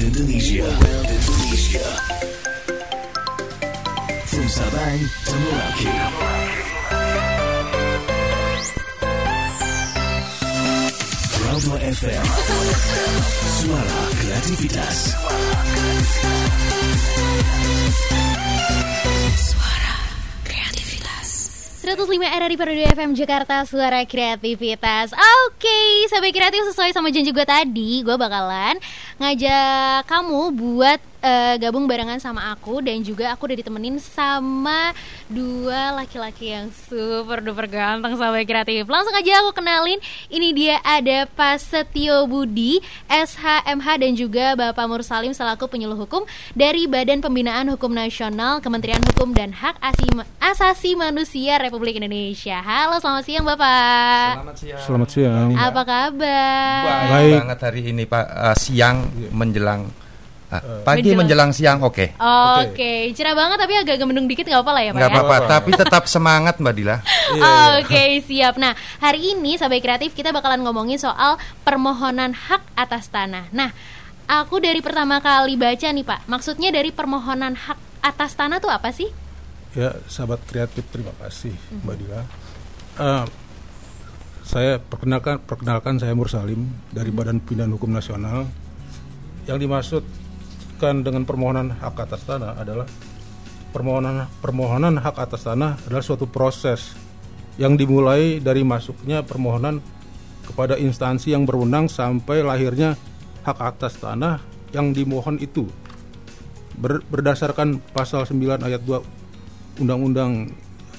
Indonesia. From Sabang to Merauke. Rauma FM. Suara kreativitas. Suara kreativitas. 105 RRI Parodi FM Jakarta, suara kreativitas. Oke, sahabat kreatif, sesuai sama janji gue tadi, gue bakalan ngajak kamu buat gabung barengan sama aku. Dan juga aku udah ditemenin sama dua laki-laki yang super duper ganteng, sahabat kreatif. Langsung aja aku kenalin. Ini dia, ada Pak Setio Budi, SHMH, dan juga Bapak Mursalim selaku penyuluh hukum dari Badan Pembinaan Hukum Nasional, Kementerian Hukum dan Hak Asasi Manusia Republik Indonesia. Halo, selamat siang Bapak. Selamat siang. Selamat siang. Apa kabar? Baik banget hari ini Pak, siang menjelang pagi menjelang siang, oke. Oke, cerah banget tapi agak mendung dikit, nggak apa lah ya Pak. Nggak apa-apa, tapi tetap semangat Mbak Dila. Oke, siap. Nah, hari ini sahabat kreatif kita bakalan ngomongin soal permohonan hak atas tanah. Nah, aku dari pertama kali baca nih Pak, maksudnya dari permohonan hak atas tanah tuh apa sih? Ya, sahabat kreatif, terima kasih Mbak Dila. Saya perkenalkan saya Mursalim dari Badan Pembinaan Hukum Nasional. Yang dimaksudkan dengan permohonan hak atas tanah adalah permohonan hak atas tanah adalah suatu proses yang dimulai dari masuknya permohonan kepada instansi yang berwenang sampai lahirnya hak atas tanah yang dimohon itu. Berdasarkan pasal 9 ayat 2 Undang-Undang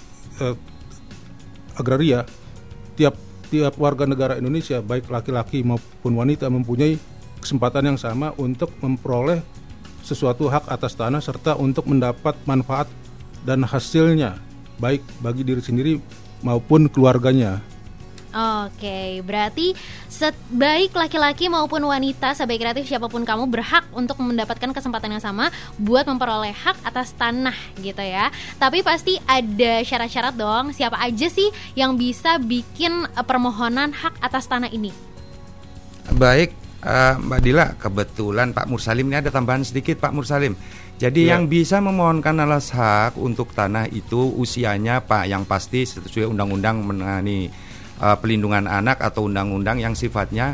Agraria, tiap warga negara Indonesia baik laki-laki maupun wanita mempunyai kesempatan yang sama untuk memperoleh sesuatu hak atas tanah serta untuk mendapat manfaat dan hasilnya baik bagi diri sendiri maupun keluarganya. Oke, berarti baik laki-laki maupun wanita, sahabat kreatif, siapapun kamu berhak untuk mendapatkan kesempatan yang sama buat memperoleh hak atas tanah gitu ya. Tapi pasti ada syarat-syarat dong. Siapa aja sih yang bisa bikin permohonan hak atas tanah ini? Baik, Mbak Dila, kebetulan Pak Mursalim ini ada tambahan sedikit Pak Mursalim. Jadi yang bisa memohonkan alas hak untuk tanah itu usianya Pak yang pasti sesuai undang-undang mengenai pelindungan anak atau undang-undang yang sifatnya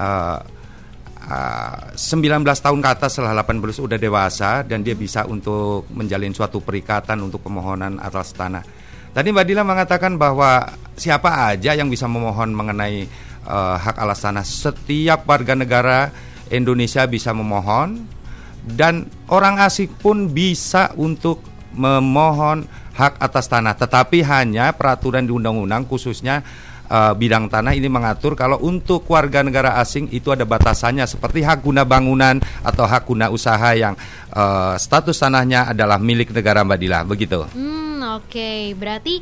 19 tahun ke atas setelah 18 sudah dewasa dan dia bisa untuk menjalin suatu perikatan untuk pemohonan atas tanah. Tadi Mbak Dila mengatakan bahwa siapa aja yang bisa memohon mengenai hak alas tanah. Setiap warga negara Indonesia bisa memohon dan orang asing pun bisa untuk memohon hak atas tanah. Tetapi hanya peraturan di undang-undang khususnya bidang tanah ini mengatur kalau untuk warga negara asing itu ada batasannya seperti hak guna bangunan atau hak guna usaha yang status tanahnya adalah milik negara Mbak Dila, begitu. Oke, berarti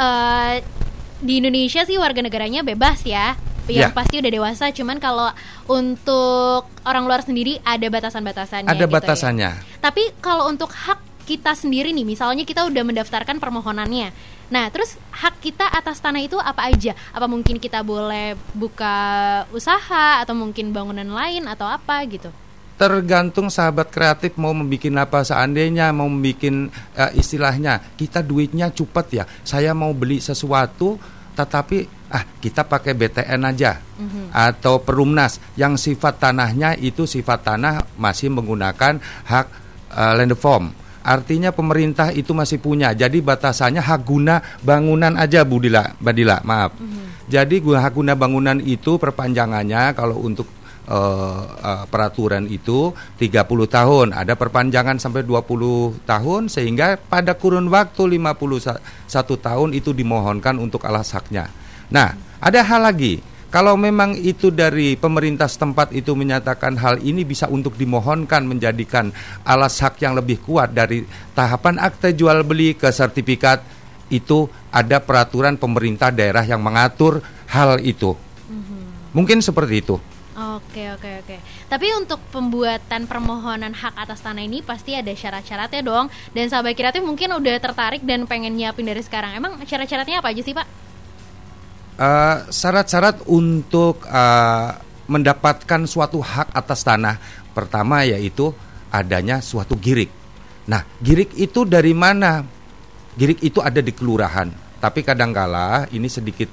di Indonesia sih warga negaranya bebas ya. Yang pasti udah dewasa, cuman kalau untuk orang luar sendiri ada batasan-batasannya. Ada gitu batasannya. Ya. Tapi kalau untuk hak kita sendiri nih, misalnya kita udah mendaftarkan permohonannya. Nah, terus hak kita atas tanah itu apa aja? Apa mungkin kita boleh buka usaha atau mungkin bangunan lain atau apa gitu? Tergantung sahabat kreatif mau membikin apa. Seandainya mau membikin istilahnya kita duitnya cepet ya. Saya mau beli sesuatu tetapi kita pakai BTN aja atau Perumnas yang sifat tanahnya itu sifat tanah masih menggunakan hak land form. Artinya pemerintah itu masih punya. Jadi batasannya hak guna bangunan aja Mbak Dila, maaf. Jadi hak guna bangunan itu perpanjangannya kalau untuk peraturan itu 30 tahun. Ada perpanjangan sampai 20 tahun sehingga pada kurun waktu 51 tahun itu dimohonkan untuk alas haknya. Nah, ada hal lagi. Kalau memang itu dari pemerintah setempat itu menyatakan hal ini bisa untuk dimohonkan menjadikan alas hak yang lebih kuat dari tahapan akte jual beli ke sertifikat, itu ada peraturan pemerintah daerah yang mengatur hal itu. Mungkin seperti itu. Oke. Tapi untuk pembuatan permohonan hak atas tanah ini pasti ada syarat-syaratnya dong. Dan sahabat kreatif mungkin udah tertarik dan pengen nyiapin dari sekarang. Emang syarat-syaratnya apa aja sih Pak? Syarat-syarat untuk mendapatkan suatu hak atas tanah, pertama yaitu adanya suatu girik. Nah, girik itu dari mana? Girik itu ada di kelurahan. Tapi kadangkala ini sedikit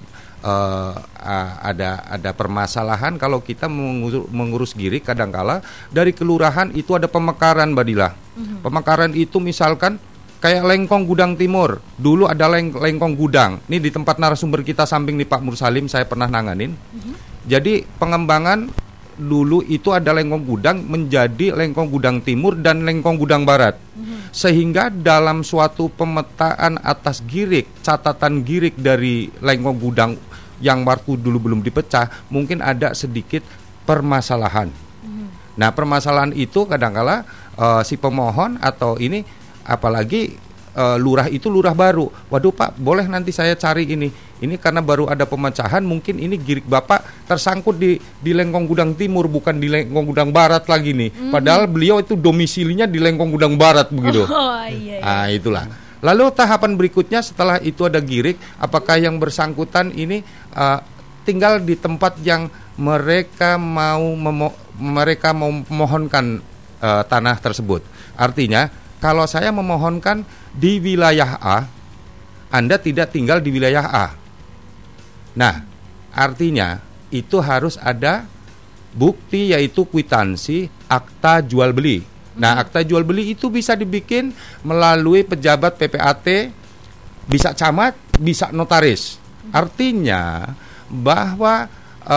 ada permasalahan kalau kita mengurus girik. Kadangkala dari kelurahan itu ada pemekaran, Mbak Dila. Pemekaran itu misalkan kayak Lengkong Gudang Timur. Dulu ada Lengkong Gudang. Ini di tempat narasumber kita samping nih Pak Mursalim, saya pernah nanganin. Jadi pengembangan dulu itu ada Lengkong Gudang menjadi Lengkong Gudang Timur dan Lengkong Gudang Barat. Sehingga dalam suatu pemetaan atas girik, catatan girik dari Lengkong Gudang yang waktu dulu belum dipecah, mungkin ada sedikit permasalahan. Nah, permasalahan itu kadangkala si pemohon atau ini, apalagi lurah itu lurah baru. Waduh Pak, boleh nanti saya cari ini. Ini karena baru ada pemecahan, mungkin ini girik Bapak tersangkut di Lengkong Gudang Timur, bukan di Lengkong Gudang Barat lagi nih. Padahal beliau itu domisilinya di Lengkong Gudang Barat begitu. Iya. Nah, itulah. Lalu tahapan berikutnya setelah itu ada girik, apakah yang bersangkutan ini tinggal di tempat yang mereka mau memohonkan tanah tersebut. Artinya, kalau saya memohonkan di wilayah A, Anda tidak tinggal di wilayah A. Nah, artinya itu harus ada bukti, yaitu kwitansi akta jual beli. Nah, akta jual beli itu bisa dibikin melalui pejabat PPAT, bisa camat, bisa notaris. Artinya bahwa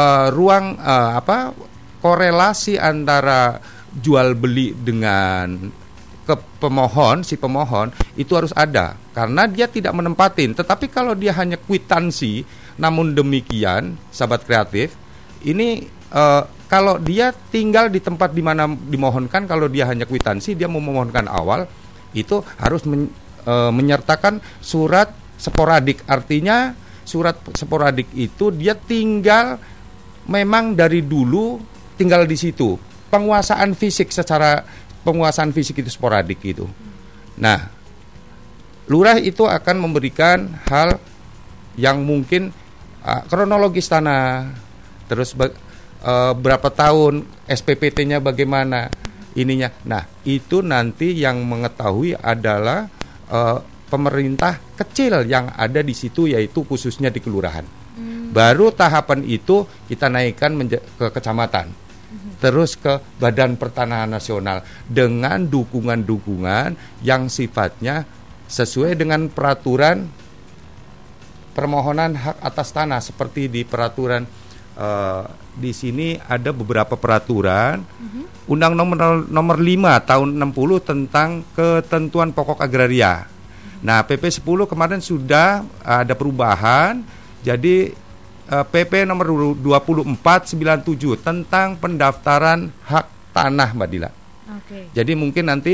korelasi antara jual beli dengan si pemohon itu harus ada, karena dia tidak menempatin. Tetapi kalau dia hanya kwitansi, namun demikian sahabat kreatif, ini kalau dia tinggal di tempat di mana dimohonkan, kalau dia hanya kwitansi, dia mau memohonkan awal, itu harus menyertakan surat sporadik. Artinya surat sporadik itu dia tinggal, memang dari dulu tinggal di situ. Penguasaan fisik itu sporadik itu. Nah, lurah itu akan memberikan hal yang mungkin kronologis tanah, terus berapa tahun SPPT-nya bagaimana ininya. Nah, itu nanti yang mengetahui adalah pemerintah kecil yang ada di situ, yaitu khususnya di kelurahan. Baru tahapan itu kita naikkan ke kecamatan, terus ke Badan Pertanahan Nasional dengan dukungan-dukungan yang sifatnya sesuai dengan peraturan permohonan hak atas tanah. Seperti di peraturan di sini ada beberapa peraturan, Undang nomor 5 tahun 60 tentang ketentuan pokok agraria. Nah, PP 10 kemarin sudah ada perubahan, jadi PP nomor 2497 tentang pendaftaran hak tanah, Mbak Dila. Jadi mungkin nanti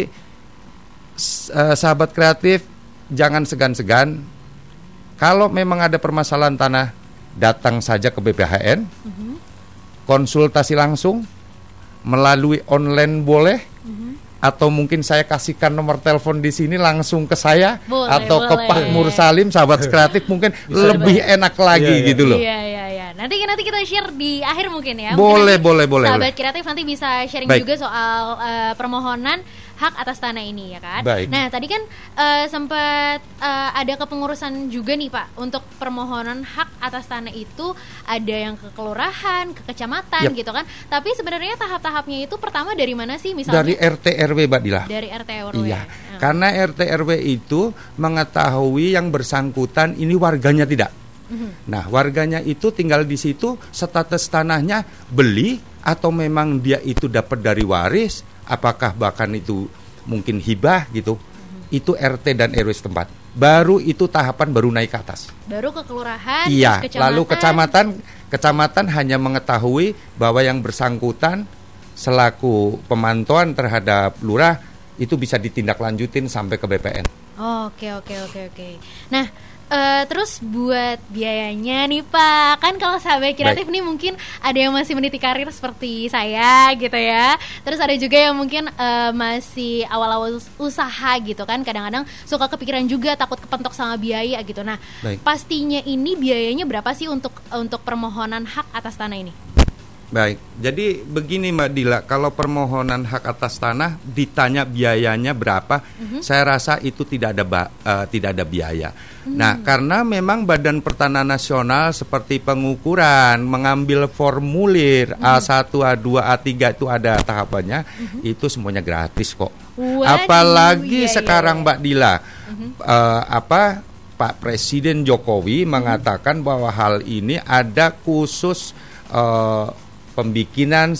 sahabat kreatif jangan segan-segan, kalau memang ada permasalahan tanah, datang saja ke BPHN, konsultasi langsung melalui online boleh, atau mungkin saya kasihkan nomor telepon di sini langsung ke saya, atau ke Pak Mursalim, sahabat kreatif mungkin lebih enak lagi gitu loh. Iya. Nanti kita share di akhir mungkin ya. Boleh. Sahabat kreatif nanti bisa sharing juga soal permohonan hak atas tanah ini ya kan. Baik. Nah, tadi kan sempat ada kepengurusan juga nih Pak untuk permohonan hak atas tanah itu, ada yang ke kelurahan, ke kecamatan gitu kan. Tapi sebenarnya tahap-tahapnya itu pertama dari mana sih misalnya? Dari RT RW, Mbak Dila. Dari RT RW. Iya. Karena RT RW itu mengetahui yang bersangkutan ini warganya tidak. Nah, warganya itu tinggal di situ, status tanahnya beli atau memang dia itu dapat dari waris, apakah bahkan itu mungkin hibah gitu. Itu RT dan RW setempat. Baru itu tahapan baru naik ke atas. Baru ke kelurahan, iya, kecamatan. Lalu kecamatan hanya mengetahui bahwa yang bersangkutan selaku pemantauan terhadap lurah itu bisa ditindaklanjutin sampai ke BPN. Oke. Nah, terus buat biayanya nih Pak, kan kalau sahabat kreatif nih mungkin ada yang masih meniti karir seperti saya gitu ya. Terus ada juga yang mungkin masih awal-awal usaha gitu kan, kadang-kadang suka kepikiran juga, takut kepentok sama biaya gitu. Nah, pastinya ini biayanya berapa sih untuk permohonan hak atas tanah ini? Baik, jadi begini Mbak Dila, kalau permohonan hak atas tanah ditanya biayanya berapa, saya rasa itu tidak ada biaya. Nah, karena memang Badan Pertanahan Nasional seperti pengukuran, mengambil formulir A1, A2, A3 itu ada tahapannya, itu semuanya gratis kok. Waduh, Apalagi iya, sekarang Mbak Dila, Pak Presiden Jokowi mengatakan bahwa hal ini ada khusus pembikinan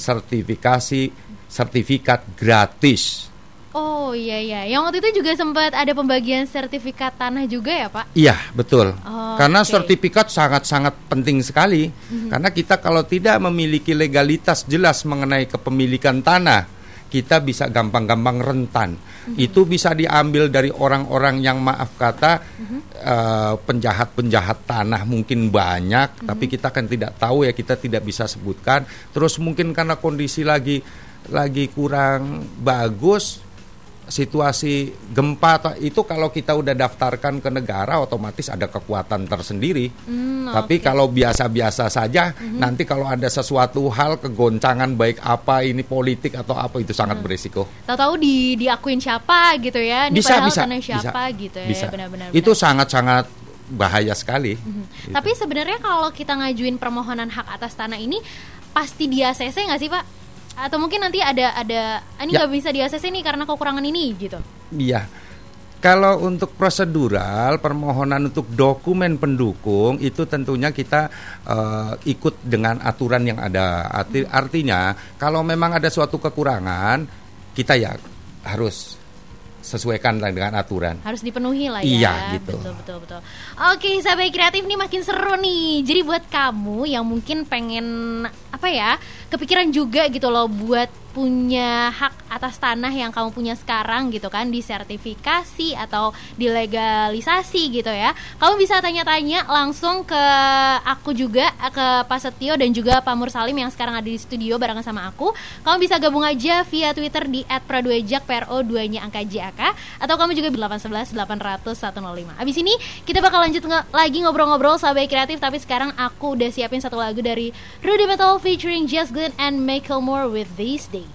sertifikat gratis. Oh iya, yang waktu itu juga sempat ada pembagian sertifikat tanah juga ya Pak? Iya betul, karena oke. sertifikat sangat-sangat penting sekali. Karena kita kalau tidak memiliki legalitas jelas mengenai kepemilikan tanah, kita bisa gampang-gampang rentan. Itu bisa diambil dari orang-orang yang maaf kata penjahat-penjahat tanah mungkin banyak, tapi kita kan tidak tahu ya, kita tidak bisa sebutkan. Terus mungkin karena kondisi lagi kurang bagus, situasi gempa atau itu, kalau kita udah daftarkan ke negara otomatis ada kekuatan tersendiri. Tapi kalau biasa-biasa saja, nanti kalau ada sesuatu hal kegoncangan baik apa ini politik atau apa, itu sangat berisiko. Tahu-tahu diakuin siapa gitu ya? Ini Bisa, padahal bisa, tanah siapa bisa, gitu ya? bisa. Benar-benar. Itu sangat-sangat bahaya sekali. Gitu. Tapi sebenarnya kalau kita ngajuin permohonan hak atas tanah ini pasti di ACC nggak sih Pak? Atau mungkin nanti ada ini nggak bisa di ACC nih karena kekurangan ini gitu? Iya. Kalau untuk prosedural permohonan untuk dokumen pendukung itu tentunya kita ikut dengan aturan yang ada. Artinya kalau memang ada suatu kekurangan, kita ya harus sesuaikan dengan aturan. Harus dipenuhi lah ya. Iya gitu. Betul. Oke, sahabat kreatif nih makin seru nih. Jadi buat kamu yang mungkin pengen kepikiran juga gitu loh buat punya hak atas tanah yang kamu punya sekarang gitu kan, disertifikasi atau dilegalisasi gitu ya. Kamu bisa tanya-tanya langsung ke aku juga, ke Pak Setio dan juga Pak Mursalim yang sekarang ada di studio barengan sama aku. Kamu bisa gabung aja via Twitter di @praduejak PRO2-nya angka JAK, atau kamu juga 811 800 105. Abis ini kita bakal lanjut lagi ngobrol-ngobrol sahabat kreatif, tapi sekarang aku udah siapin satu lagu dari Rudy Metal featuring Jess Glynn and Macklemore with These Days.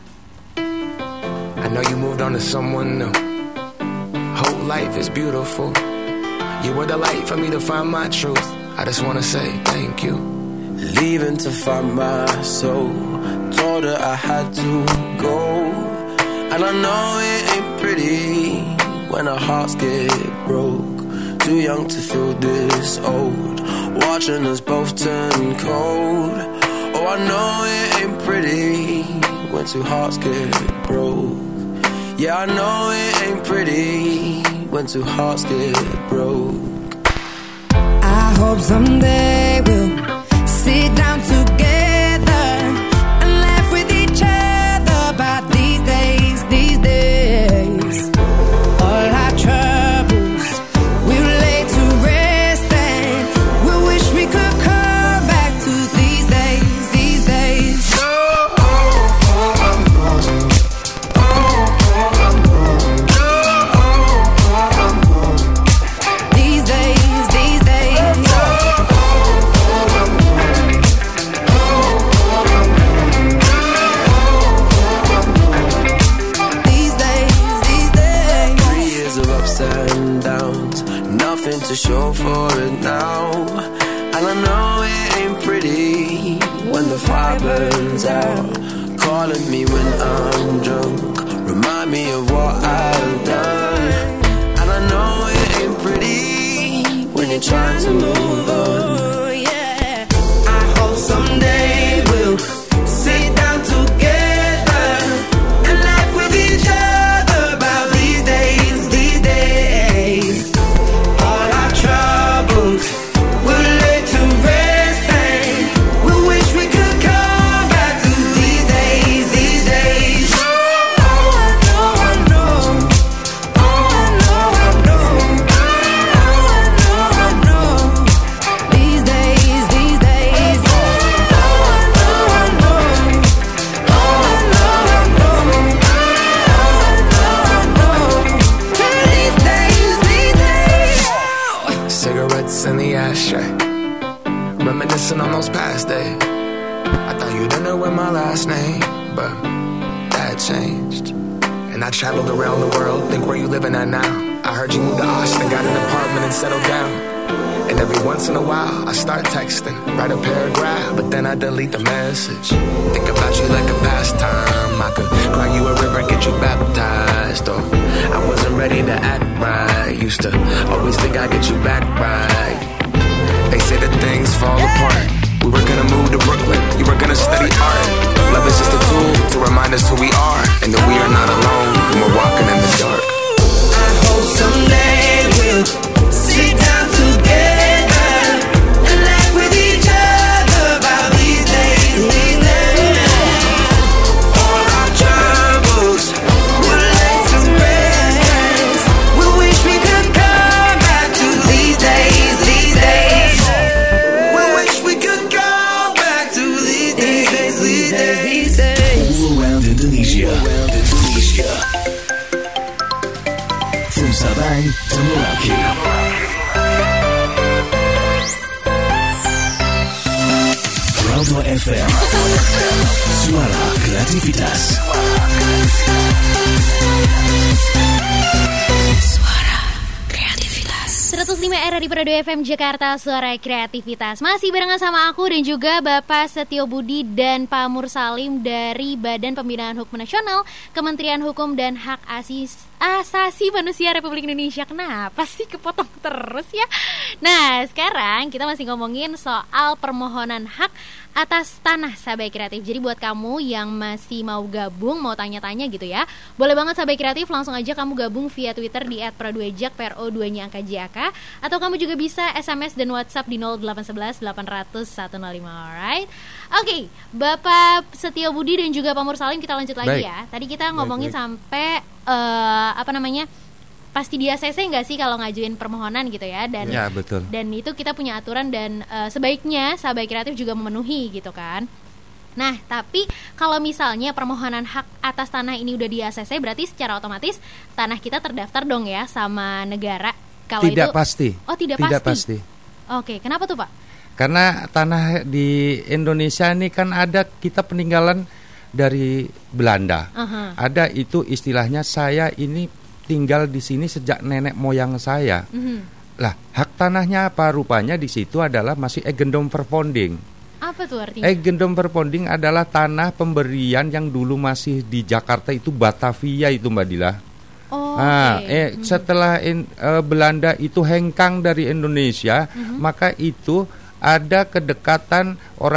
I know you moved on to someone new. Whole life is beautiful. You were the light for me to find my truth. I just wanna say thank you. Leaving to find my soul. Told her I had to go. And I know it ain't pretty when our hearts get broke. Too young to feel this old. Watching us both turn cold. Oh, I know it ain't pretty when two hearts get broke. Yeah, I know it ain't pretty when two hearts get broke. I hope someday we'll sit down together and laugh with each other about these days, these days. All our troubles we'll lay to rest and we wish we could come back to these days, these days. These days, these days. These days, these days. 3 years of ups and downs, nothing to show for it now. And I know it ain't pretty when the fire burns out. Calling me when I'm drunk, remind me of what I've done. And I know it ain't pretty when you're trying to move on. Oh, yeah. I hope someday we'll sit down together and laugh with each other about these days, these days. All our troubles we'll lay to rest and we wish we could come back to these days, these days. Oh, I know, I know. Oh, I know, I know. Oh, I know, I know. changed. And I traveled around the world, think where you living at now. I heard you moved to Austin, got an apartment and settled down. And every once in a while, I start texting, write a paragraph, but then I delete the message. Think about you like a pastime. I could cry you a river, get you baptized. Or I wasn't ready to act right. Used to always think I'd get you back right. They say that things fall apart. We were gonna move to Brooklyn, you were gonna study art. Love is just a tool to remind us who we are, and that we are not alone when we're walking in the dark. I hope someday we'll sit down together and laugh with each other about these days, these days. All our troubles will lay to rest. We wish we could come back to these days, these days. We wish we could go back to these days, these days, these days. All around Indonesia. From Sabang to Merauke. Radio FM. Suara kreativitas. Suara kreativitas 105 RRI Radio FM Jakarta, Suara Kreativitas. Masih barengan sama aku dan juga Bapak Setio Budi dan Pak Mursalim dari Badan Pembinaan Hukum Nasional, Kementerian Hukum dan Hak Asasi Manusia Republik Indonesia. Kenapa sih kepotong terus ya? Nah, sekarang kita masih ngomongin soal permohonan hak atas tanah Sahabat Kreatif. Jadi buat kamu yang masih mau gabung, mau tanya-tanya gitu ya, boleh banget Sahabat Kreatif, langsung aja kamu gabung via Twitter di @praduejak, PRO2-nya angka JAK, atau kamu juga bisa SMS dan WhatsApp di 0811 800 105. Alright. Oke, Bapak Setio Budi dan juga Pak Mursalim, kita lanjut lagi ya. Tadi kita ngomongin sampai pasti di ACC nggak sih kalau ngajuin permohonan gitu ya, dan Ya, betul. Dan itu kita punya aturan dan sebaiknya Sahabat Kreatif juga memenuhi gitu kan. Nah, tapi kalau misalnya permohonan hak atas tanah ini udah di ACC, berarti secara otomatis tanah kita terdaftar dong ya sama negara. Kalau Tidak itu pasti. Oh, tidak pasti. Oke, kenapa tuh Pak? Karena tanah di Indonesia ini kan ada kita peninggalan dari Belanda. Ada itu istilahnya, saya ini tinggal di sini sejak nenek moyang saya. Lah, hak tanahnya apa? Rupanya di situ adalah masih eigendom verponding. Apa tuh artinya? Eigendom verponding adalah tanah pemberian yang dulu masih di Jakarta itu Batavia itu Mbak Dila. Oh, Setelah Belanda itu hengkang dari Indonesia, maka itu ada kedekatan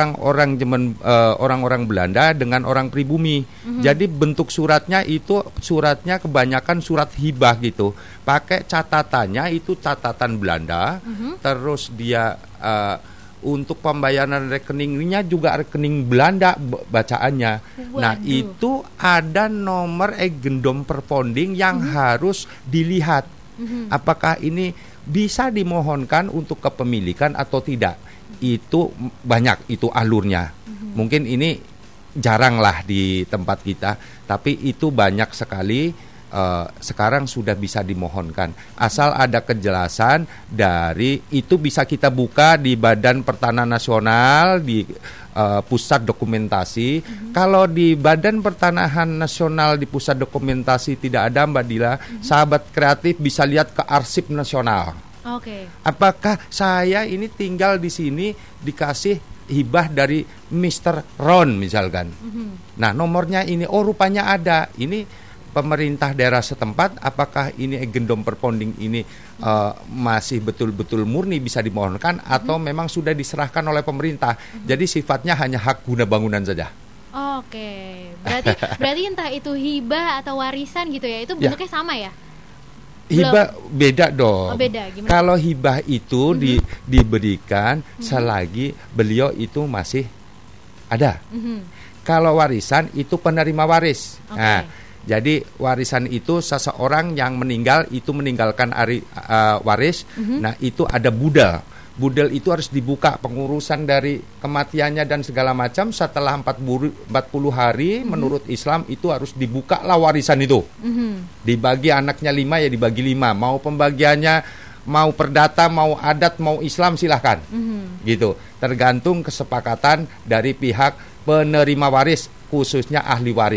orang-orang Belanda dengan orang pribumi. Jadi bentuk suratnya kebanyakan surat hibah gitu. Pakai catatannya itu catatan Belanda. Terus dia untuk pembayaran rekeningnya juga rekening Belanda bacaannya. Waduh. Nah, itu ada nomor eigendom verponding yang harus dilihat. Apakah ini bisa dimohonkan untuk kepemilikan atau tidak? Itu banyak, itu alurnya. Mungkin ini jarang lah di tempat kita, tapi itu banyak sekali. Sekarang sudah bisa dimohonkan, asal ada kejelasan dari itu. Bisa kita buka di Badan Pertanahan Nasional, di Pusat Dokumentasi. Kalau di Badan Pertanahan Nasional di Pusat Dokumentasi tidak ada Mbak Dila, Sahabat Kreatif bisa lihat ke Arsip Nasional. Oke. Apakah saya ini tinggal di sini dikasih hibah dari Mr. Ron misalkan. Nah, nomornya ini, rupanya ada. Ini pemerintah daerah setempat. Apakah ini eigendom verponding ini masih betul-betul murni bisa dimohonkan atau memang sudah diserahkan oleh pemerintah? Jadi sifatnya hanya hak guna bangunan saja. Oke. Berarti entah itu hibah atau warisan gitu ya, itu bentuknya sama ya? Hibah beda dong. Oh, beda. Gimana? Kalau hibah itu diberikan selagi beliau itu masih ada. Kalau warisan itu penerima waris. Okay. Nah, jadi warisan itu seseorang yang meninggal itu meninggalkan waris. Nah, itu ada budal. Budal itu harus dibuka pengurusan dari kematiannya dan segala macam. Setelah 40 hari menurut Islam itu harus dibuka lah warisan itu. Dibagi anaknya 5 ya dibagi 5. Mau pembagiannya mau perdata, mau adat, mau Islam silahkan. Gitu. Tergantung kesepakatan dari pihak penerima waris, khususnya ahli waris.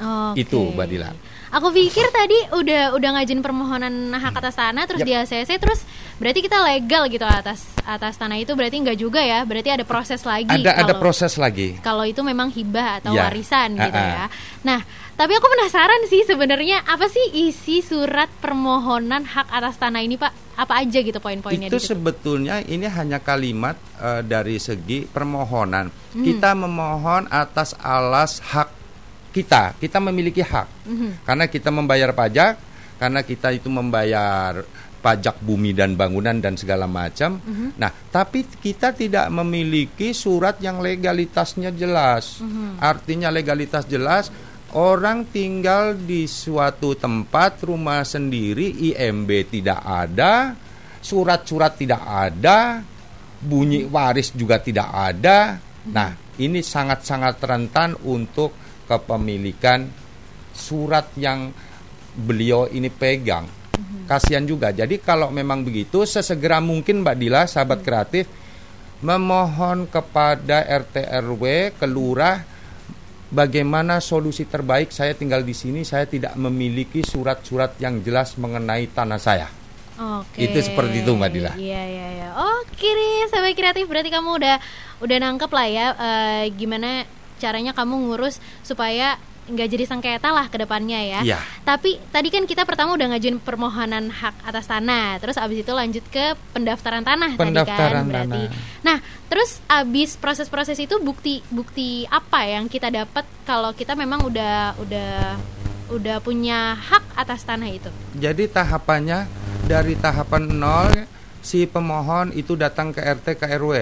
Oke. Itu Mbak Dila. Aku pikir tadi udah ngajuin permohonan hak atas tanah terus di ACC terus berarti kita legal gitu atas tanah itu, berarti enggak juga ya, berarti ada proses lagi. Ada proses lagi. Kalau itu memang hibah atau Ya. warisan gitu ya. Nah, tapi aku penasaran sih sebenarnya apa sih isi surat permohonan hak atas tanah ini, Pak? Apa aja gitu poin-poinnya Itu di situ? sebetulnya ini hanya kalimat dari segi permohonan. Kita memohon atas alas hak kita memiliki hak. Karena kita membayar pajak, karena kita itu membayar pajak bumi dan bangunan dan segala macam. Nah, tapi kita tidak memiliki surat yang legalitasnya jelas. Artinya legalitas jelas, orang tinggal di suatu tempat, rumah sendiri, IMB tidak ada, surat-surat tidak ada, bunyi waris juga tidak ada. Nah, ini sangat-sangat rentan untuk kepemilikan surat yang beliau ini pegang. Kasihan juga. Jadi kalau memang begitu, sesegera mungkin Mbak Dila, sahabat kreatif, memohon kepada RT RW, kelurah, bagaimana solusi terbaik. Saya tinggal di sini, saya tidak memiliki surat-surat yang jelas mengenai tanah saya. Oke. Itu seperti itu Mbak Dila. Iya. Oke nih, sahabat kreatif, berarti kamu udah nangkep lah ya gimana caranya kamu ngurus supaya nggak jadi sengketa lah ke depannya ya. Iya. Tapi tadi kan kita pertama udah ngajuin permohonan hak atas tanah, terus abis itu lanjut ke pendaftaran tanah tadi kan berarti. Nah, terus abis proses-proses itu bukti apa yang kita dapat kalau kita memang udah punya hak atas tanah itu? Jadi tahapannya dari tahapan 0, si pemohon itu datang ke RT ke RW.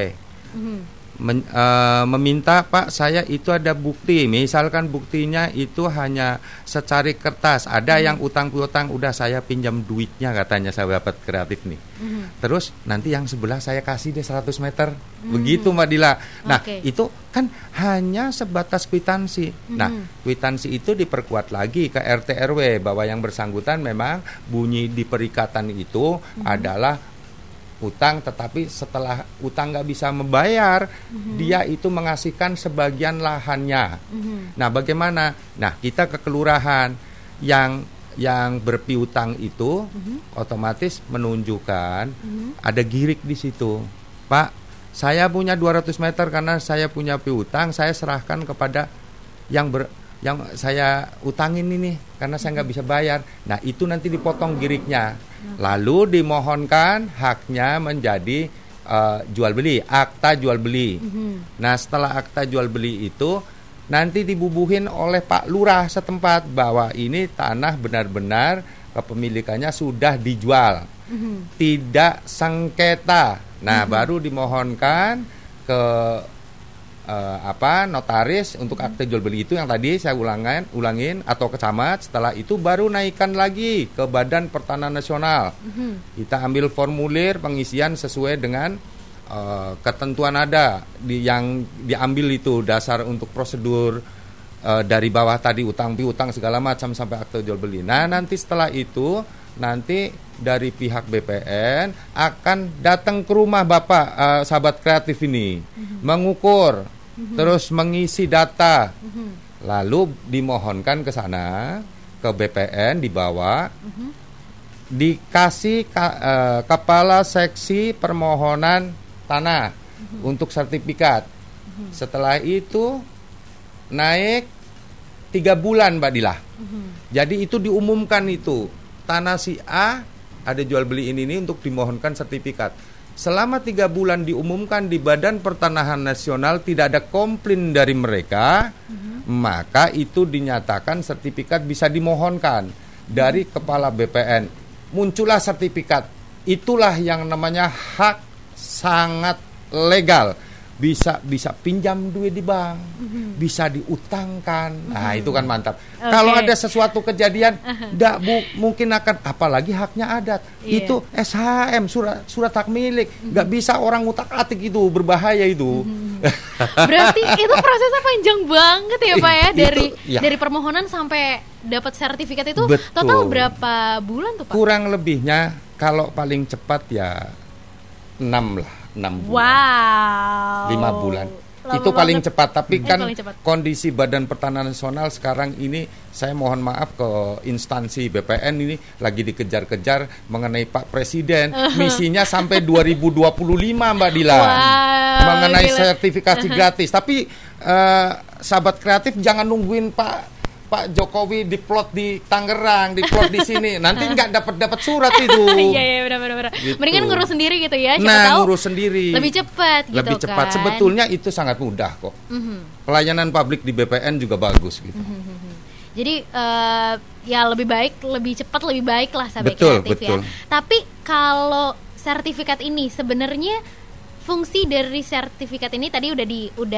Meminta, Pak, saya itu ada bukti. Misalkan buktinya itu hanya secari kertas. Ada yang utang piutang, udah saya pinjam duitnya katanya sahabat kreatif nih. Terus nanti yang sebelah saya kasih deh 100 meter. Begitu Mbak Dila. Nah, itu kan hanya sebatas kwitansi. Nah, kwitansi itu diperkuat lagi ke RT RW bahwa yang bersangkutan memang bunyi di perikatan itu adalah utang, tetapi setelah utang nggak bisa membayar, dia itu mengasihkan sebagian lahannya. Nah, bagaimana? Nah, kita ke kelurahan yang berpiutang itu otomatis menunjukkan ada girik di situ. Pak, saya punya 200 meter karena saya punya piutang, saya serahkan kepada yang saya utangin ini karena saya nggak bisa bayar. Nah, itu nanti dipotong giriknya. Lalu dimohonkan haknya menjadi jual beli, akta jual beli. Nah, setelah akta jual beli itu nanti dibubuhin oleh Pak Lurah setempat bahwa ini tanah benar-benar kepemilikannya sudah dijual, tidak sengketa. Nah, baru dimohonkan ke notaris untuk akte jual beli itu yang tadi saya ulangin atau ke camat. Setelah itu baru naikkan lagi ke Badan Pertanahan Nasional. Kita ambil formulir pengisian sesuai dengan ketentuan ada yang diambil itu dasar untuk prosedur dari bawah tadi utang piutang segala macam sampai akte jual beli. Nah, nanti setelah itu nanti dari pihak BPN akan datang ke rumah Bapak sahabat kreatif ini mengukur, terus mengisi data, lalu dimohonkan ke sana ke BPN dibawa, dikasih kepala seksi permohonan tanah untuk sertifikat. Setelah itu naik 3 bulan Mbak Dila. Jadi itu diumumkan itu tanah si A ada jual beli ini untuk dimohonkan sertifikat. Selama 3 bulan diumumkan di Badan Pertanahan Nasional tidak ada komplain dari mereka, maka itu dinyatakan sertifikat bisa dimohonkan dari kepala BPN. Muncullah sertifikat. Itulah yang namanya hak sangat legal. Bisa pinjam duit di bank, bisa diutangkan. Nah, itu kan mantap. Kalau ada sesuatu kejadian, mungkin akan, apalagi haknya adat. Itu SHM, surat hak milik. Nggak bisa orang utak-atik itu, berbahaya itu. Berarti itu prosesnya panjang banget ya Pak ya, dari permohonan sampai dapat sertifikat itu. Betul. Total berapa bulan tuh Pak? Kurang lebihnya kalau paling cepat ya 6 bulan. Wow. 5 bulan. itu paling cepat. Tapi kan paling cepat. kondisi Badan Pertanahan Nasional sekarang ini, saya mohon maaf ke instansi BPN ini lagi dikejar-kejar mengenai Pak Presiden. Misinya sampai 2025 Mbak Dila. Wow, mengenai gila. sertifikasi gratis. Tapi sahabat kreatif jangan nungguin Pak Jokowi diplot di Tangerang, diplot di sini. Nanti nggak dapat surat itu. Iya benar. Gitu. Mendingan ngurus sendiri gitu ya. Siapa Nah, tahu ngurus sendiri. lebih cepat gitu Lebih cepat. kan. Sebetulnya itu sangat mudah kok. Pelayanan publik di BPN juga bagus gitu. Jadi ya lebih baik, lebih cepat, lebih baik lah sahabat Betul, kreatif betul. ya. Tapi kalau sertifikat ini sebenarnya fungsi dari sertifikat ini tadi udah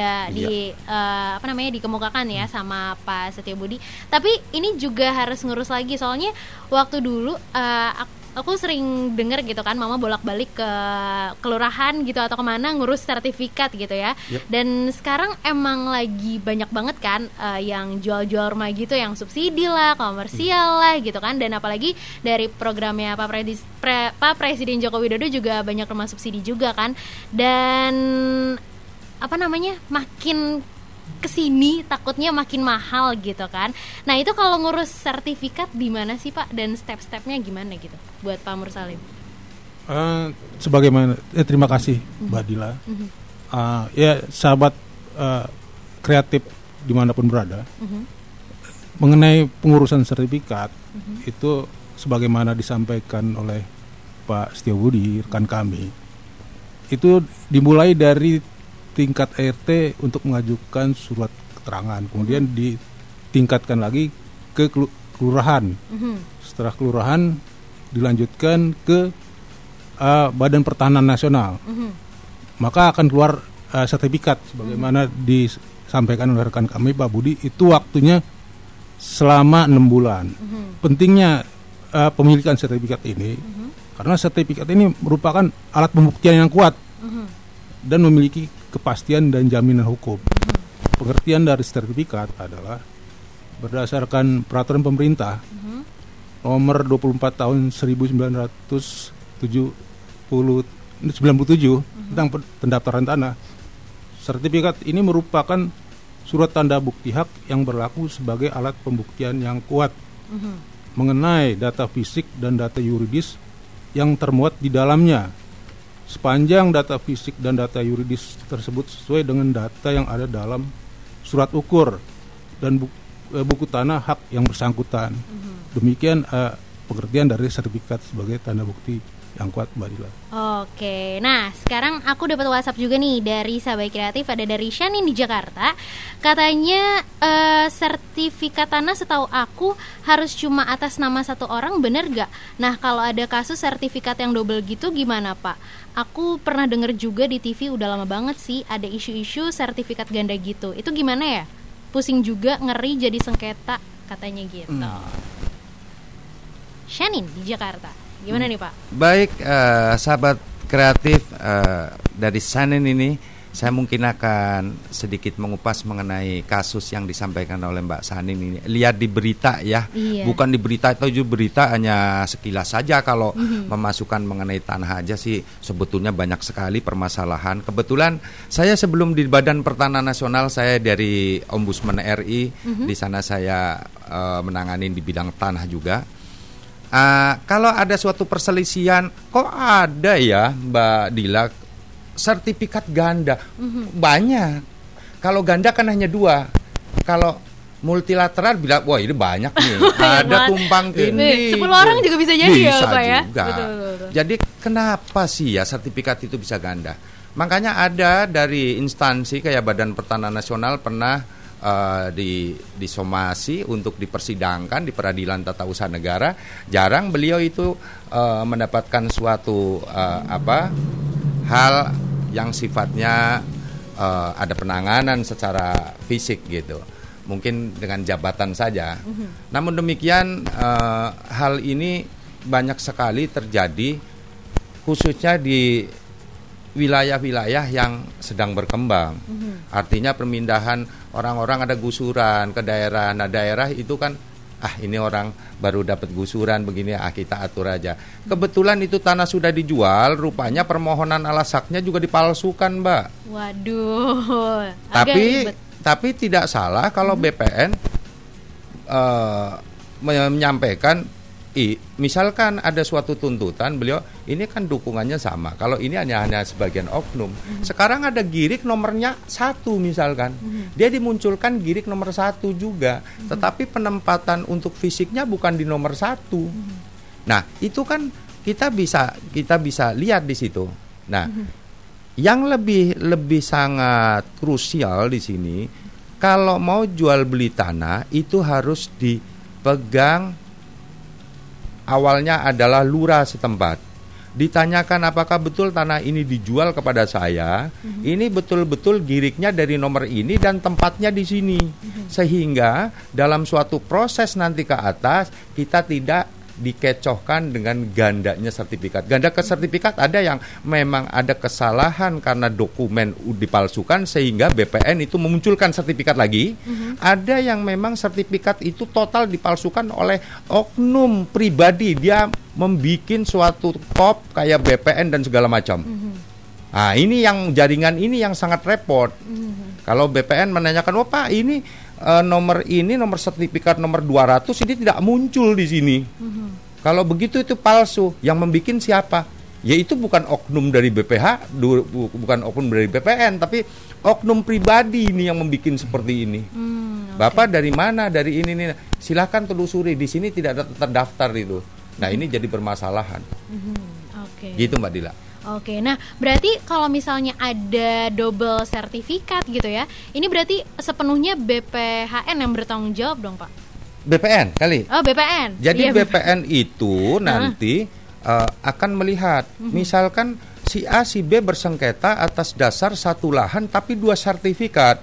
dikemukakan ya sama Pak Setio Budi. Tapi ini juga harus ngurus lagi soalnya waktu dulu aku sering dengar gitu kan, mama bolak-balik ke kelurahan gitu atau kemana ngurus sertifikat gitu ya. Yep. Dan sekarang emang lagi banyak banget kan yang jual-jual rumah gitu, yang subsidi lah, komersial lah gitu kan. Dan apalagi dari programnya Pak Presiden Joko Widodo juga banyak rumah subsidi juga kan. Dan makin kesini takutnya makin mahal gitu kan. Nah itu kalau ngurus sertifikat di mana sih Pak, dan step-stepnya gimana gitu buat Pak Mursalim? Sebagaimana terima kasih Mbak Dila. Ya sahabat kreatif dimanapun berada, mengenai pengurusan sertifikat itu sebagaimana disampaikan oleh Pak Setio Budi rekan kami, itu dimulai dari tingkat RT untuk mengajukan surat keterangan, kemudian ditingkatkan lagi ke kelurahan. Setelah kelurahan dilanjutkan ke Badan Pertanahan Nasional, maka akan keluar sertifikat sebagaimana disampaikan oleh rekan kami Pak Budi, itu waktunya selama 6 bulan. Pentingnya pemilikan sertifikat ini karena sertifikat ini merupakan alat pembuktian yang kuat dan memiliki kepastian dan jaminan hukum. Pengertian dari sertifikat adalah berdasarkan peraturan pemerintah nomor 24 tahun 1997 tentang pendaftaran tanah. Sertifikat ini merupakan surat tanda bukti hak yang berlaku sebagai alat pembuktian yang kuat mengenai data fisik dan data yuridis yang termuat di dalamnya, sepanjang data fisik dan data yuridis tersebut sesuai dengan data yang ada dalam surat ukur dan buku tanah hak yang bersangkutan. Demikian pengertian dari sertifikat sebagai tanda bukti yang kuat, Mbak Dila. Oke, nah sekarang aku dapat WhatsApp juga nih dari sahabat kreatif, ada dari Shanin di Jakarta. Katanya sertifikat tanah setahu aku harus cuma atas nama satu orang, bener gak? Nah kalau ada kasus sertifikat yang double gitu gimana Pak? Aku pernah denger juga di TV, udah lama banget sih ada isu-isu sertifikat ganda gitu. Itu gimana ya? Pusing juga, ngeri jadi sengketa katanya gitu. Shanin di Jakarta, gimana nih Pak? Baik, sahabat kreatif dari Sanin ini, saya mungkin akan sedikit mengupas mengenai kasus yang disampaikan oleh Mbak Sanin ini. Lihat di berita ya, bukan di berita itu berita hanya sekilas saja. Kalau memasukkan mengenai tanah aja sih sebetulnya banyak sekali permasalahan. Kebetulan saya sebelum di Badan Pertanahan Nasional, saya dari Ombudsman RI, di sana saya menangani di bidang tanah juga. Kalau ada suatu perselisihan, kok ada ya Mbak Dila sertifikat ganda banyak. Kalau ganda kan hanya 2. Kalau multilateral bilang wah ini banyak nih. Ada tumpang tindih. 10 orang juga bisa jadi ya Pak ya. Betul. Jadi kenapa sih ya sertifikat itu bisa ganda? Makanya ada dari instansi kayak Badan Pertanahan Nasional pernah disomasi untuk dipersidangkan di Peradilan Tata Usaha Negara. Jarang beliau itu mendapatkan suatu hal yang sifatnya ada penanganan secara fisik gitu. Mungkin dengan jabatan saja. Namun demikian hal ini banyak sekali terjadi khususnya di wilayah-wilayah yang sedang berkembang. Artinya permindahan orang-orang, ada gusuran ke daerah. Nah daerah itu kan ini orang baru dapat gusuran begini, kita atur aja. Kebetulan itu tanah sudah dijual, rupanya permohonan alas haknya juga dipalsukan, Mbak. Waduh. Agak ribet. Tapi tidak salah kalau BPN menyampaikan, misalkan ada suatu tuntutan, beliau ini kan dukungannya sama. Kalau ini hanya sebagian oknum. Sekarang ada girik nomornya 1 misalkan, dia dimunculkan girik nomor 1 juga, tetapi penempatan untuk fisiknya bukan di nomor 1. Nah itu kan kita bisa lihat di situ. Nah yang lebih sangat krusial di sini, kalau mau jual beli tanah itu harus dipegang. Awalnya adalah lurah setempat. Ditanyakan apakah betul tanah ini dijual kepada saya. Ini betul-betul giriknya dari nomor ini dan tempatnya di sini. Sehingga dalam suatu proses nanti ke atas kita tidak dikecohkan dengan gandanya sertifikat. Ganda ke sertifikat ada yang memang ada kesalahan karena dokumen dipalsukan sehingga BPN itu memunculkan sertifikat lagi. Ada yang memang sertifikat itu total dipalsukan oleh oknum pribadi. Dia membikin suatu top kayak BPN dan segala macam. Nah, ini yang jaringan ini yang sangat repot. Kalau BPN menanyakan, "Oh Pak, ini nomor sertifikat nomor 200 ini tidak muncul di sini." Kalau begitu itu palsu. Yang membikin siapa? Yaitu bukan oknum dari BPH, bukan oknum dari BPN, tapi oknum pribadi ini yang membikin seperti ini. Bapak dari mana? Dari ini. Silakan telusuri. Di sini tidak ada terdaftar itu. Nah ini jadi bermasalahan. Gitu Mbak Dila. Oke, nah berarti kalau misalnya ada double sertifikat gitu ya, ini berarti sepenuhnya BPHN yang bertanggung jawab dong Pak? BPN kali. Oh BPN. Jadi iya, BPN itu nanti akan melihat, misalkan si A si B bersengketa atas dasar satu lahan tapi 2 sertifikat.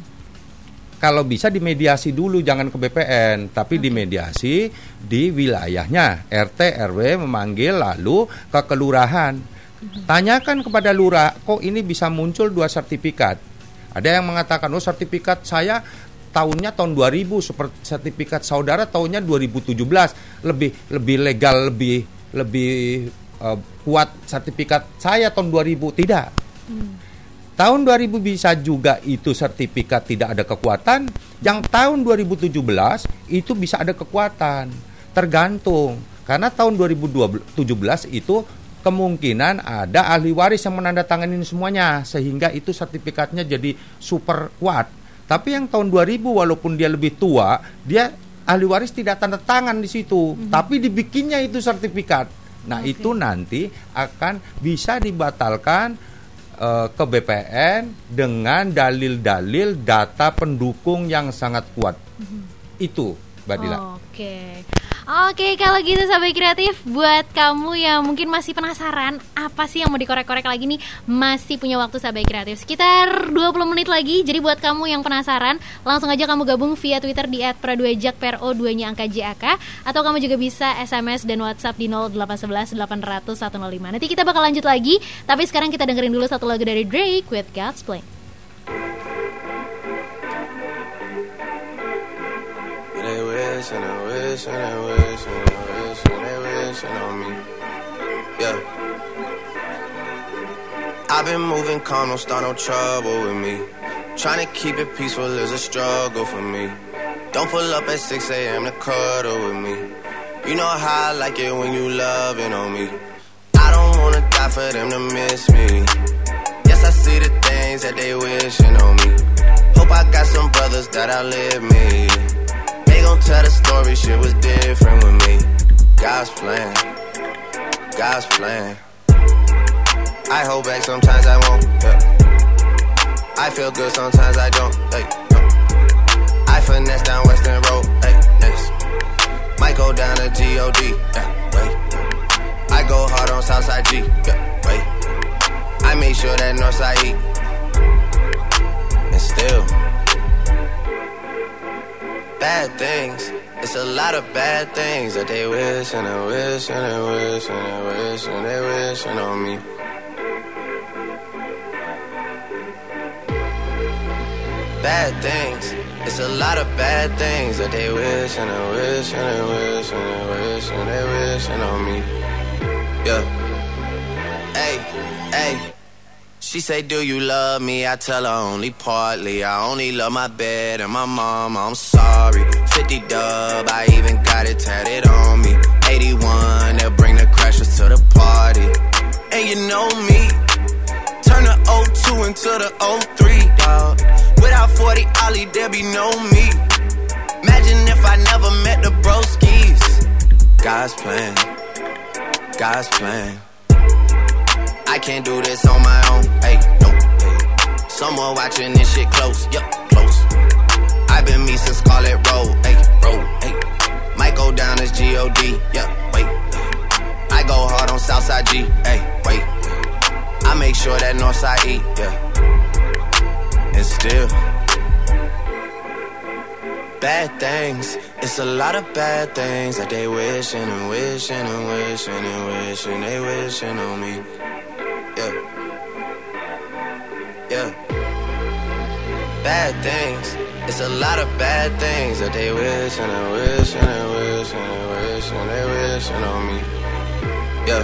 Kalau bisa dimediasi dulu, jangan ke BPN, tapi dimediasi di wilayahnya. RT RW memanggil lalu ke kelurahan. Tanyakan kepada lurah, kok ini bisa muncul 2 sertifikat? Ada yang mengatakan, oh sertifikat saya tahunnya tahun 2000, seperti sertifikat saudara tahunnya 2017, lebih legal, lebih kuat sertifikat saya tahun 2000. Tidak. Tahun 2000 bisa juga itu sertifikat tidak ada kekuatan, yang tahun 2017 itu bisa ada kekuatan. Tergantung. Karena tahun 2017 itu kemungkinan ada ahli waris yang menandatangani semuanya, sehingga itu sertifikatnya jadi super kuat. Tapi yang tahun 2000 walaupun dia lebih tua, dia ahli waris tidak tanda tangan di situ, tapi dibikinnya itu sertifikat. Nah, itu nanti akan bisa dibatalkan ke BPN dengan dalil-dalil data pendukung yang sangat kuat. Itu, Mbak Dila. Oke, kalau gitu Sahabat Kreatif, buat kamu yang mungkin masih penasaran apa sih yang mau dikorek-korek lagi nih, masih punya waktu Sahabat Kreatif sekitar 20 menit lagi. Jadi buat kamu yang penasaran, langsung aja kamu gabung via Twitter di @praduajak PRO 2-nya angka JAK, atau kamu juga bisa SMS dan WhatsApp di 0811 800 105. Nanti kita bakal lanjut lagi, tapi sekarang kita dengerin dulu satu lagu dari Drake with God's Plan. And I wish, and I wish, and I wish, and they wishing on me. Yeah. I've been moving calm, don't start no trouble with me. Trying to keep it peaceful is a struggle for me. Don't pull up at 6 a.m. to cuddle with me. You know how I like it when you loving on me. I don't wanna die for them to miss me. Yes, I see the things that they wishing on me. Hope I got some brothers that outlive me. They gon' tell the story, shit was different with me. God's plan, God's plan. I hold back, sometimes I won't, yeah. I feel good, sometimes I don't, hey, no. I finesse down Western Road, hey, yes. Might go down to G.O.D., yeah, wait. I go hard on Southside G, yeah, wait. I make sure that Northside E. And still bad things, it's a lot of bad things that they wish and they wish and they wish and they wish and they wishing on me. Bad things, It's a lot of bad things that they wish and they wish and they wish and they wish and they wishing on me. Yeah. Hey, hey. She say, do you love me? I tell her only partly. I only love my bed and my mama. I'm sorry. 50 dub, I even got it tatted on me. 81, they'll bring the crashers to the party. And you know me, turn the 02 into the 03, dog. Without 40 Ollie, there be no me. Imagine if I never met the broskies. God's plan, God's plan. I can't do this on my own, hey, no, hey. Someone watching this shit close, yup, close. I've been me since Scarlet Road, hey, road, hey. Might go down as G.O.D., yeah, wait. I go hard on Southside G, hey, wait. I make sure that Northside E, yeah. And still, bad things. It's a lot of bad things that they wishing and wishing and wishing and wishing they wishing on me. Yeah, yeah. Bad things. It's a lot of bad things that they wish and they wish and they wish and they wish and they wishing on me. Yeah.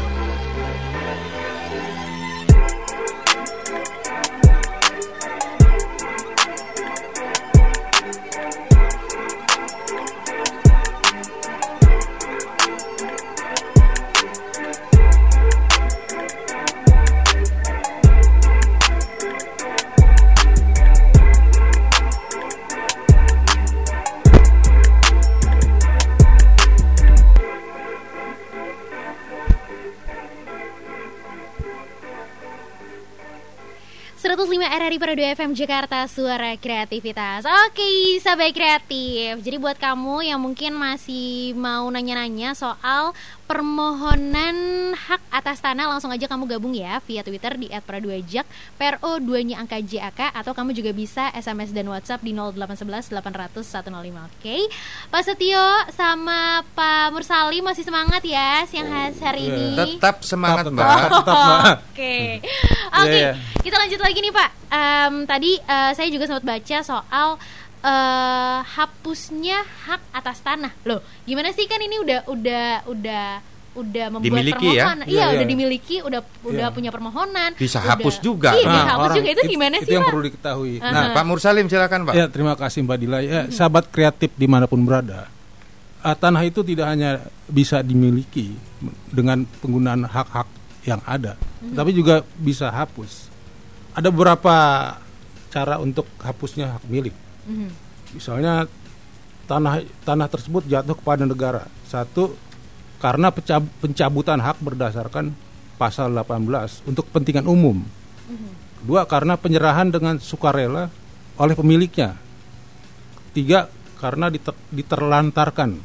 RRI Peraduan FM Jakarta, suara kreativitas. Oke, sahabat kreatif. Jadi buat kamu yang mungkin masih mau nanya-nanya soal permohonan hak atas tanah, langsung aja kamu gabung ya via Twitter di @peraduajak, PRO 2-nya angka JAK, atau kamu juga bisa SMS dan WhatsApp di 0811 800 105. Oke. Pak Setio sama Pak Mursali masih semangat ya siang hari ini? Tetap semangat, Mbak. Oke. Oke, kita lanjut lagi nih, Pak. Tadi saya juga sempat baca soal hapusnya hak atas tanah. Loh, gimana sih, kan ini udah membuat dimiliki permohonan. Ya? Udah dimiliki, udah punya permohonan. Bisa hapus juga. Iya, bisa hapus juga. Itu gimana sih, itu yang Pak? perlu diketahui. Nah, Pak Mursalim silakan, Pak. Ya, terima kasih Mbak Dila. Ya, sahabat kreatif dimanapun berada, tanah itu tidak hanya bisa dimiliki dengan penggunaan hak-hak yang ada, tapi juga bisa hapus. Ada beberapa cara untuk hapusnya hak milik. Misalnya tanah tersebut jatuh kepada negara. Satu, karena pencabutan hak berdasarkan pasal 18 untuk kepentingan umum. Dua, karena penyerahan dengan sukarela oleh pemiliknya. Tiga, karena diterlantarkan.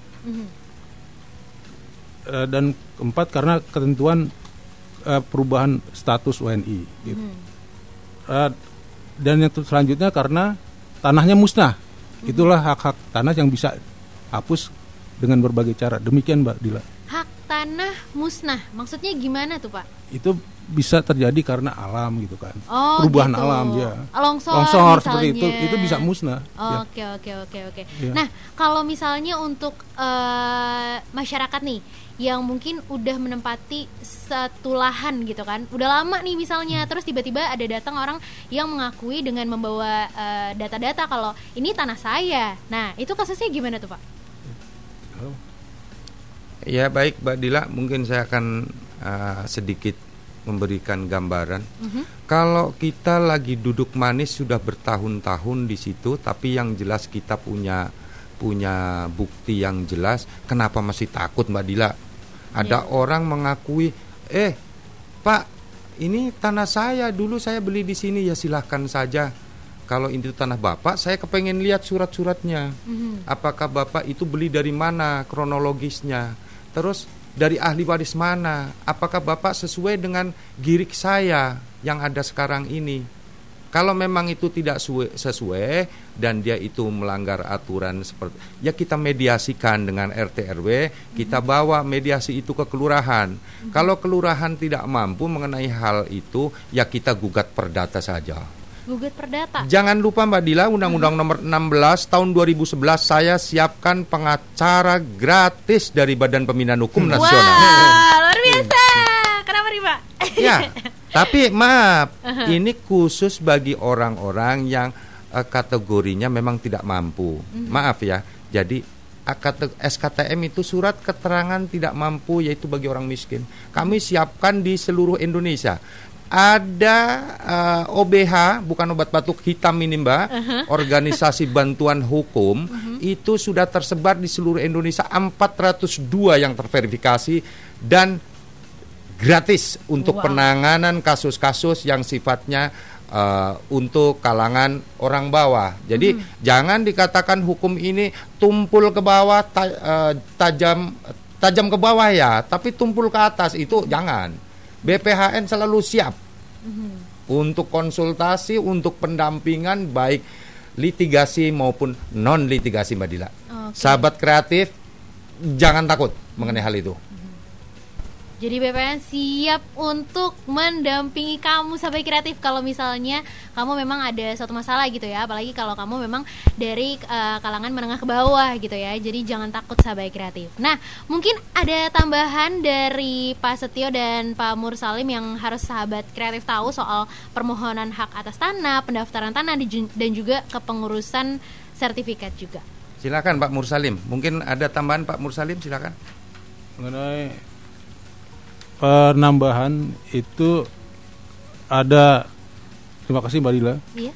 Dan keempat, karena ketentuan perubahan status WNI. Gitu. Dan yang selanjutnya karena tanahnya musnah. Itulah hak-hak tanah yang bisa hapus dengan berbagai cara. Demikian Mbak Dila. Hak tanah musnah, maksudnya gimana tuh, Pak? Itu bisa terjadi karena alam gitu kan. Oh, perubahan gitu. alam ya. Longsor seperti itu bisa musnah. Oke. Ya. Nah, kalau misalnya untuk masyarakat nih yang mungkin udah menempati satu lahan gitu kan, udah lama nih misalnya, terus tiba-tiba ada datang orang yang mengakui dengan membawa data-data kalau ini tanah saya. Nah, itu kasusnya gimana tuh, Pak? Ya, baik Mbak Dila, mungkin saya akan sedikit memberikan gambaran. Kalau kita lagi duduk manis sudah bertahun-tahun di situ, tapi yang jelas kita punya bukti yang jelas, kenapa masih takut, Mbak Dila? Ada orang mengakui, Pak, ini tanah saya, dulu saya beli di sini, ya silahkan saja. Kalau itu tanah Bapak, saya kepengen lihat surat-suratnya. Apakah Bapak itu beli dari mana, kronologisnya? Terus dari ahli waris mana? Apakah Bapak sesuai dengan girik saya yang ada sekarang ini? Kalau memang itu tidak sesuai dan dia itu melanggar aturan seperti, ya kita mediasikan dengan RT RW, kita bawa mediasi itu ke kelurahan. Kalau kelurahan tidak mampu mengenai hal itu, ya kita gugat perdata saja. Gugat perdata. Jangan lupa Mbak Dila, Undang-Undang Nomor 16 Tahun 2011 saya siapkan pengacara gratis dari Badan Pembinaan Hukum Nasional. Wah, luar biasa. Kenapa nih Pak? Ya, tapi maaf, ini khusus bagi orang-orang yang kategorinya memang tidak mampu. Maaf ya, jadi SKTM itu surat keterangan tidak mampu, yaitu bagi orang miskin. Kami siapkan di seluruh Indonesia. Ada OBH, bukan obat batuk hitam ini Mbak, organisasi bantuan hukum, itu sudah tersebar di seluruh Indonesia, 402 yang terverifikasi dan gratis untuk penanganan kasus-kasus yang sifatnya untuk kalangan orang bawah. Jadi jangan dikatakan hukum ini tumpul ke bawah, tajam ke bawah ya, tapi tumpul ke atas itu jangan. BPHN selalu siap untuk konsultasi, untuk pendampingan baik litigasi maupun non litigasi Mbak Dila. Sahabat kreatif jangan takut mengenai hal itu. Jadi BPN siap untuk mendampingi kamu sahabat kreatif kalau misalnya kamu memang ada suatu masalah gitu ya, apalagi kalau kamu memang dari kalangan menengah ke bawah gitu ya. Jadi jangan takut sahabat kreatif. Nah, mungkin ada tambahan dari Pak Setio dan Pak Mursalim yang harus sahabat kreatif tahu soal permohonan hak atas tanah, pendaftaran tanah dan juga kepengurusan sertifikat juga. Silakan Pak Mursalim. Mungkin ada tambahan Pak Mursalim, silakan. Mengenai penambahan itu ada, terima kasih Mbak Dila. Iya.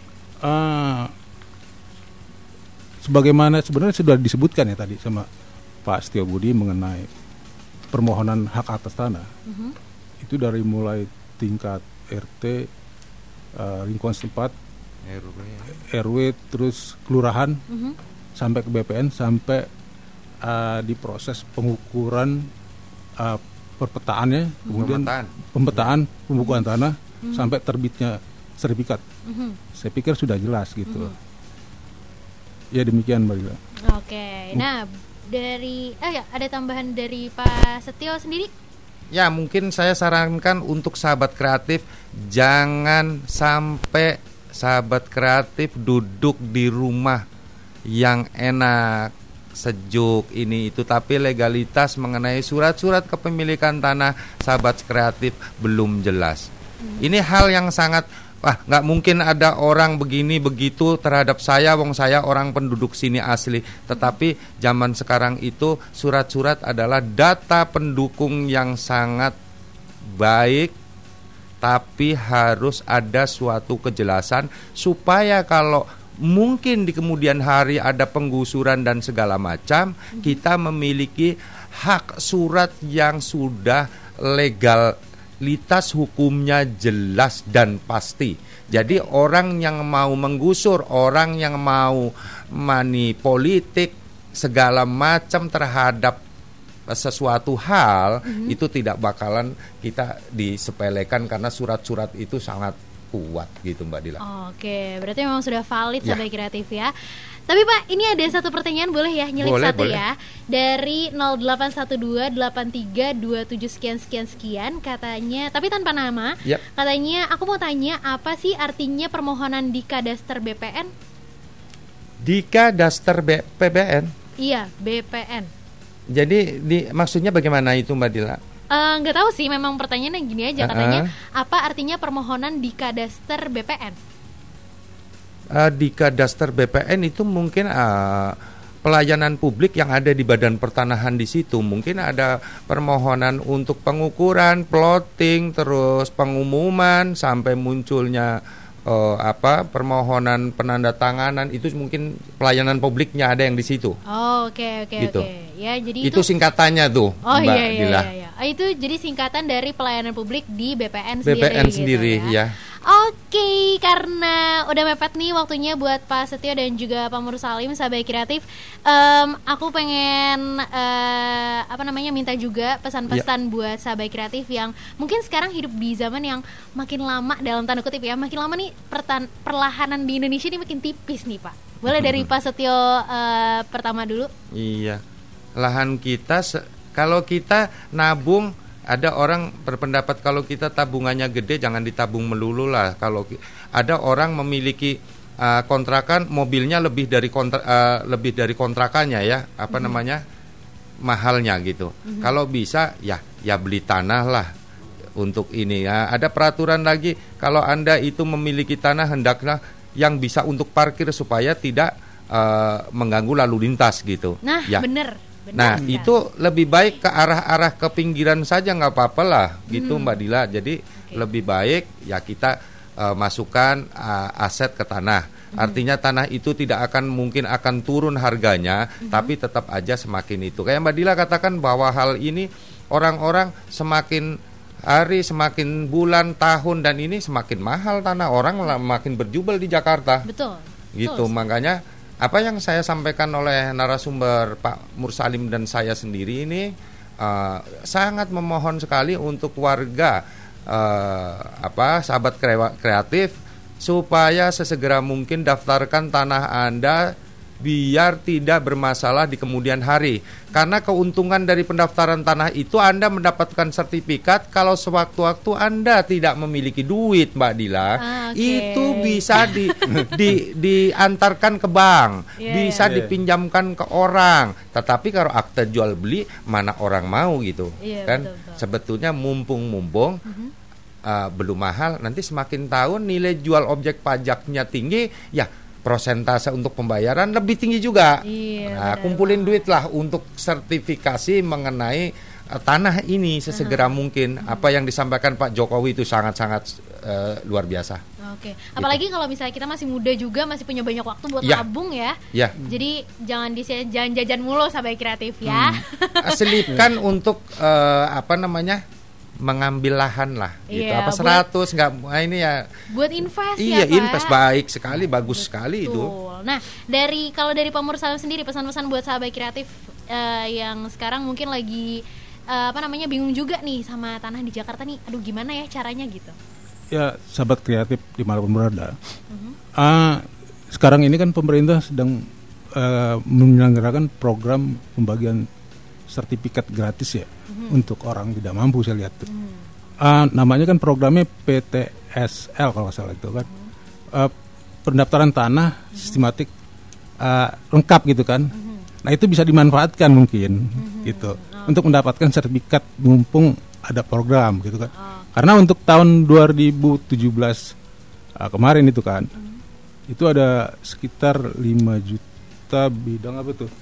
Sebagaimana sebenarnya sudah disebutkan ya tadi sama Pak Setio Budi mengenai permohonan hak atas tanah. Itu dari mulai tingkat RT, lingkungan setempat, RW, terus kelurahan, sampai ke BPN, sampai diproses pengukuran perpetaannya, kemudian pemetaan pembukuan tanah sampai terbitnya sertifikat. Saya pikir sudah jelas gitu. Ya demikian Mbak Lila. Oke. Nah, dari ada tambahan dari Pak Setio sendiri? Ya, mungkin saya sarankan untuk sahabat kreatif jangan sampai sahabat kreatif duduk di rumah yang enak, sejuk ini itu, tapi legalitas mengenai surat-surat kepemilikan tanah sahabat kreatif belum jelas. Ini hal yang sangat nggak mungkin ada orang begini begitu terhadap saya, wong saya orang penduduk sini asli. Tetapi zaman sekarang itu surat-surat adalah data pendukung yang sangat baik, tapi harus ada suatu kejelasan supaya kalau mungkin di kemudian hari ada penggusuran dan segala macam, kita memiliki hak surat yang sudah legalitas hukumnya jelas dan pasti. Jadi orang yang mau menggusur, orang yang mau money politik segala macam terhadap sesuatu hal itu tidak bakalan kita disepelekan karena surat-surat itu sangat kuat gitu Mbak Dila. Oke, berarti memang sudah valid sahabat kreatif ya. Tapi Pak, ini ada satu pertanyaan, boleh ya nyelip satu boleh. Ya. Dari 08128327 sekian katanya, tapi tanpa nama. Katanya aku mau tanya apa sih artinya permohonan di Kadaster BPN? Di Kadaster BPN? Iya, BPN. Jadi maksudnya bagaimana itu Mbak Dila? Nggak tahu sih, memang pertanyaannya gini aja katanya. Apa artinya permohonan di Kadaster BPN? Di Kadaster BPN itu mungkin pelayanan publik yang ada di Badan Pertanahan di situ. Mungkin ada permohonan untuk pengukuran, plotting, terus pengumuman sampai munculnya permohonan penandatanganan, itu mungkin pelayanan publiknya ada yang di situ. Oke. Ya, jadi itu singkatannya tuh. Mbak Dila. Iya. Itu jadi singkatan dari pelayanan publik di BPN sendiri gitu ya. Oke, karena udah mepet nih waktunya buat Pak Setio dan juga Pak Mursalim sahabat kreatif. Aku pengen minta juga pesan-pesan buat sahabat kreatif yang mungkin sekarang hidup di zaman yang makin lama, dalam tanda kutip ya, makin lama nih perlahanan di Indonesia ini makin tipis nih Pak. Boleh dari Pak Setio pertama dulu? Iya. Lahan kita kalau kita nabung ada orang berpendapat kalau kita tabungannya gede jangan ditabung melulu lah. Kalau ada orang memiliki kontrakan, mobilnya lebih dari kontrakannya ya, namanya, mahalnya gitu. Kalau bisa ya beli tanah lah untuk ini. Ada peraturan lagi, kalau Anda itu memiliki tanah hendaklah yang bisa untuk parkir supaya tidak mengganggu lalu lintas gitu. Nah, ya. bener Nah, sekali. itu lebih baik ke arah ke pinggiran saja, nggak apa-apa lah gitu Mbak Dila. Jadi lebih baik ya kita masukkan aset ke tanah. Artinya tanah itu mungkin akan turun harganya, tapi tetap aja semakin itu. Kayak Mbak Dila katakan bahwa hal ini orang-orang semakin hari, semakin bulan, tahun dan ini semakin mahal tanah, orang makin berjubel di Jakarta. Betul. Gitu, makanya apa yang saya sampaikan oleh narasumber Pak Mursalim dan saya sendiri ini sangat memohon sekali untuk warga sahabat kreatif supaya sesegera mungkin daftarkan tanah Anda biar tidak bermasalah di kemudian hari. Karena keuntungan dari pendaftaran tanah itu Anda mendapatkan sertifikat kalau sewaktu-waktu Anda tidak memiliki duit, Mbak Dila, itu bisa diantarkan ke bank, bisa dipinjamkan ke orang. Tetapi kalau akte jual beli mana orang mau gitu, kan? Betul. Sebetulnya mumpung belum mahal, nanti semakin tahun nilai jual objek pajaknya tinggi, ya prosentase untuk pembayaran lebih tinggi juga. Kumpulin duit lah untuk sertifikasi mengenai tanah ini sesegera mungkin. Apa yang disampaikan Pak Jokowi itu sangat-sangat luar biasa. Oke. Apalagi kalau misalnya kita masih muda juga, masih punya banyak waktu buat nabung ya. Jadi jangan jajan mulu sahabat kreatif ya. Selipkan untuk mengambil lahan lah gitu. 100 nggak ini ya buat invest ya Pak. Invest baik sekali, bagus sekali itu. Nah, kalau dari Pak Mursalim sendiri pesan-pesan buat sahabat kreatif yang sekarang mungkin lagi bingung juga nih sama tanah di Jakarta nih, aduh gimana ya caranya gitu. Ya, sahabat kreatif dimanapun berada. Sekarang ini kan pemerintah sedang menyelenggarakan program pembagian sertifikat gratis ya untuk orang tidak mampu, saya lihat tuh. Namanya kan programnya PTSL kalau nggak salah itu kan. Pendaftaran tanah sistematik lengkap gitu kan. Nah, itu bisa dimanfaatkan mungkin gitu untuk mendapatkan sertifikat mumpung ada program gitu kan. Karena untuk tahun 2017 kemarin itu kan itu ada sekitar 5 juta bidang apa tuh?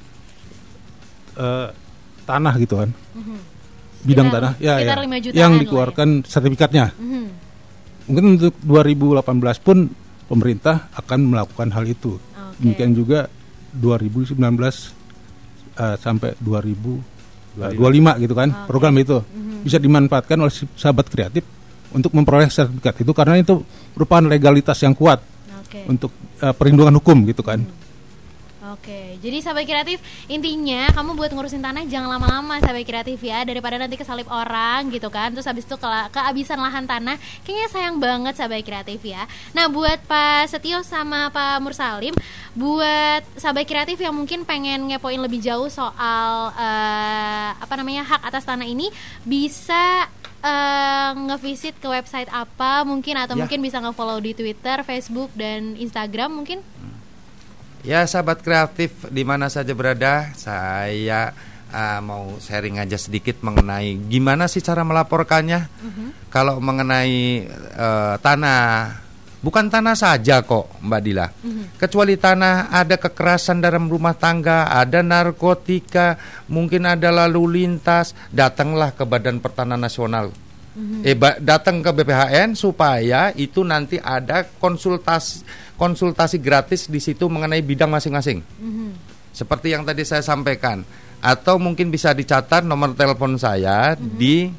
Tanah gitu kan, bidang tanah ya yang dikeluarkan sertifikatnya. Mungkin untuk 2018 pun pemerintah akan melakukan hal itu. Demikian juga 2019 sampai 2025 gitu kan, program itu bisa dimanfaatkan oleh sahabat kreatif untuk memperoleh sertifikat itu karena itu merupakan legalitas yang kuat untuk perlindungan hukum gitu kan. Oke, jadi sahabat kreatif, intinya kamu buat ngurusin tanah jangan lama-lama sahabat kreatif ya, daripada nanti kesalip orang gitu kan, terus habis itu kehabisan lahan tanah, kayaknya sayang banget sahabat kreatif ya. Nah, buat Pak Setio sama Pak Mursalim, buat sahabat kreatif yang mungkin pengen ngepoin lebih jauh soal hak atas tanah ini, bisa ngevisit ke website apa mungkin, atau mungkin bisa nge-follow di Twitter, Facebook, dan Instagram mungkin. Ya, sahabat kreatif di mana saja berada, saya mau sharing aja sedikit mengenai gimana sih cara melaporkannya. Kalau mengenai tanah, bukan tanah saja kok Mbak Dila. Kecuali tanah, ada kekerasan dalam rumah tangga, ada narkotika, mungkin ada lalu lintas, datanglah ke Badan Pertanahan Nasional. Datang ke BPHN supaya itu nanti ada konsultasi gratis di situ mengenai bidang masing-masing. Seperti yang tadi saya sampaikan, atau mungkin bisa dicatat nomor telepon saya di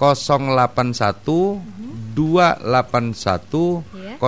081 281 081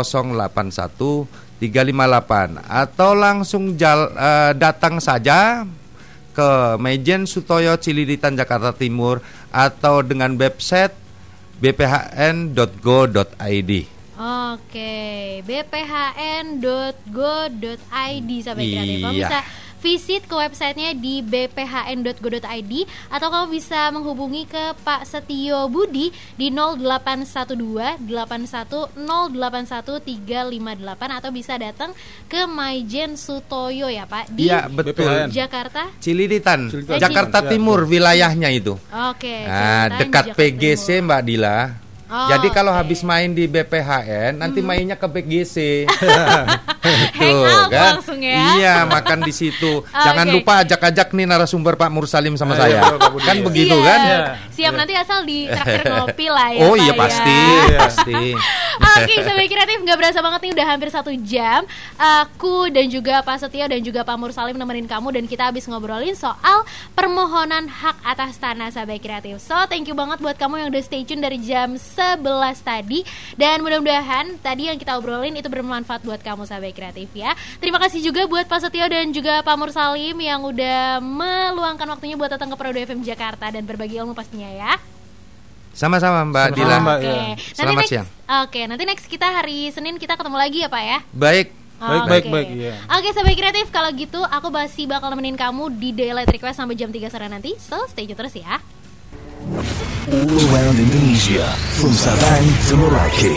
358, atau langsung datang saja ke Mejen Sutoyo Cililitan Jakarta Timur, atau dengan website bphn.go.id. Oke, bphn.go.id sahabat kreatif. Kamu bisa visit ke websitenya di bphn.go.id atau kamu bisa menghubungi ke Pak Setio Budi di 0812 81 081 358 atau bisa datang ke Maijen Sutoyo ya Pak di Iya, betul. Jakarta Cililitan, Cililitan. Jakarta Timur wilayahnya itu. Oke, Nah, Cililitan, dekat Jakarta PGC Timur. Mbak Dila. Oh, Jadi kalau oke. habis main di BPHN, nanti mainnya ke PGC. Hangout langsung ya. Iya, makan di situ. Jangan Oke. lupa ajak-ajak nih narasumber Pak Mursalim sama Iya, saya. Pak Budi. Kan begitu Siap. kan? Siap, nanti asal di traktir ngopi lah ya. Oh iya Pak, pasti, ya. pasti. Oke, Sobat Kreatif, nggak berasa banget nih udah hampir 1 jam. Aku dan juga Pak Setio dan juga Pak Mursalim nemenin kamu dan kita habis ngobrolin soal permohonan hak atas tanah Sobat Kreatif. So, thank you banget buat kamu yang udah stay tune dari jam 11 tadi dan mudah-mudahan tadi yang kita obrolin itu bermanfaat buat kamu Sobat Kreatif ya. Terima kasih juga buat Pak Setio dan juga Pak Mursalim yang udah meluangkan waktunya buat datang ke Pro FM Jakarta dan berbagi ilmu pastinya ya. Sama-sama Mbak Sama-sama, Dila. Mbak. Oke. Ya. Nanti Selamat next, siang. Oke, nanti next kita hari Senin kita ketemu lagi ya Pak ya. Baik. Baik, Oke. baik, iya. Oke, Sobat Kreatif, kalau gitu aku masih bakal nemenin kamu di Daily Request sampai jam 3 sore nanti. So, stay tune terus ya. All around Indonesia, from Sabang to Merauke.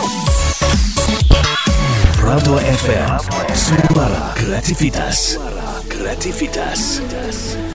Prado FM, suara kreativitas.